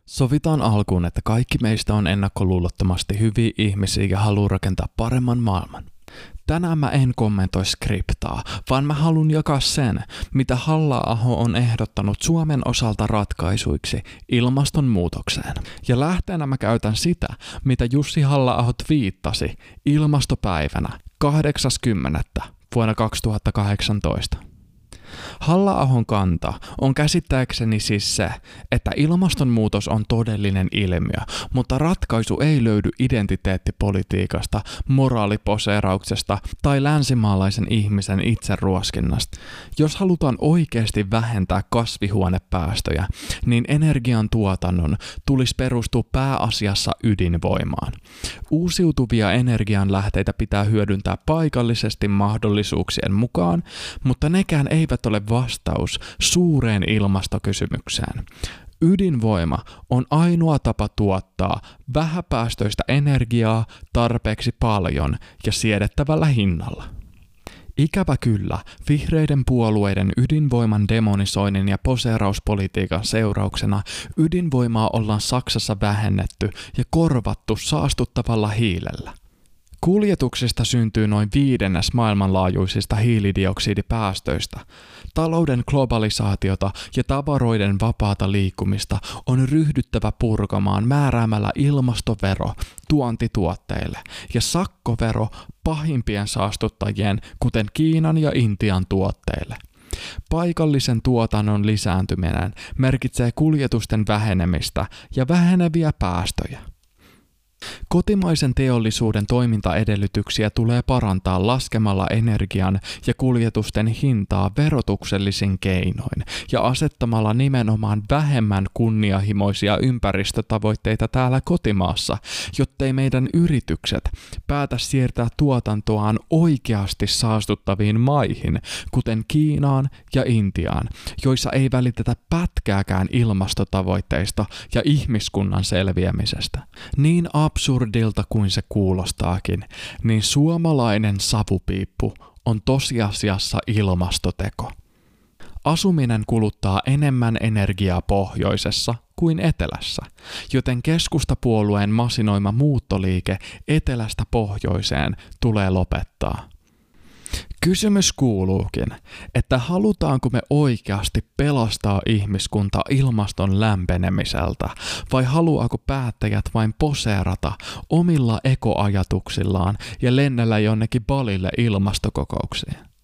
Sovitaan alkuun, että kaikki meistä on ennakkoluulottomasti hyviä ihmisiä ja haluaa rakentaa paremman maailman. Tänään mä en kommentoi skriptaa, vaan mä haluan jakaa sen, mitä Halla-aho on ehdottanut Suomen osalta ratkaisuiksi ilmastonmuutokseen. Ja lähteenä mä käytän sitä, mitä Jussi Halla-aho twiittasi ilmastopäivänä 8.10. vuonna 2018. Halla-ahon kanta on käsittääkseni siis se, että ilmastonmuutos on todellinen ilmiö, mutta ratkaisu ei löydy identiteettipolitiikasta, moraaliposeerauksesta tai länsimaalaisen ihmisen itseruoskinnasta. Jos halutaan oikeasti vähentää kasvihuonepäästöjä, niin energiantuotannon tulisi perustua pääasiassa ydinvoimaan. Uusiutuvia energianlähteitä pitää hyödyntää paikallisesti mahdollisuuksien mukaan, mutta nekään eivät ole vastaus suureen ilmastokysymykseen. Ydinvoima on ainoa tapa tuottaa vähäpäästöistä energiaa tarpeeksi paljon ja siedettävällä hinnalla. Ikävä kyllä, vihreiden puolueiden ydinvoiman demonisoinnin ja poseerauspolitiikan seurauksena ydinvoimaa ollaan Saksassa vähennetty ja korvattu saastuttavalla hiilellä. Kuljetuksista syntyy noin 1/5 maailmanlaajuisista hiilidioksidipäästöistä. Talouden globalisaatiota ja tavaroiden vapaata liikkumista on ryhdyttävä purkamaan määräämällä ilmastovero tuontituotteille ja sakkovero pahimpien saastuttajien, kuten Kiinan ja Intian tuotteille. Paikallisen tuotannon lisääntyminen merkitsee kuljetusten vähenemistä ja väheneviä päästöjä. Kotimaisen teollisuuden toimintaedellytyksiä tulee parantaa laskemalla energian ja kuljetusten hintaa verotuksellisin keinoin ja asettamalla nimenomaan vähemmän kunnianhimoisia ympäristötavoitteita täällä kotimaassa, jottei meidän yritykset päätä siirtää tuotantoaan oikeasti saastuttaviin maihin, kuten Kiinaan ja Intiaan, joissa ei välitetä pätkääkään ilmastotavoitteista ja ihmiskunnan selviämisestä. Niin absurdilta kuin se kuulostaakin, niin suomalainen savupiippu on tosiasiassa ilmastoteko. Asuminen kuluttaa enemmän energiaa pohjoisessa kuin etelässä, joten keskustapuolueen masinoima muuttoliike etelästä pohjoiseen tulee lopettaa. Kysymys kuuluukin, että halutaanko me oikeasti pelastaa ihmiskunta ilmaston lämpenemiseltä vai haluaako päättäjät vain poseerata omilla ekoajatuksillaan ja lennellä jonnekin Balille ilmastokokouksiin?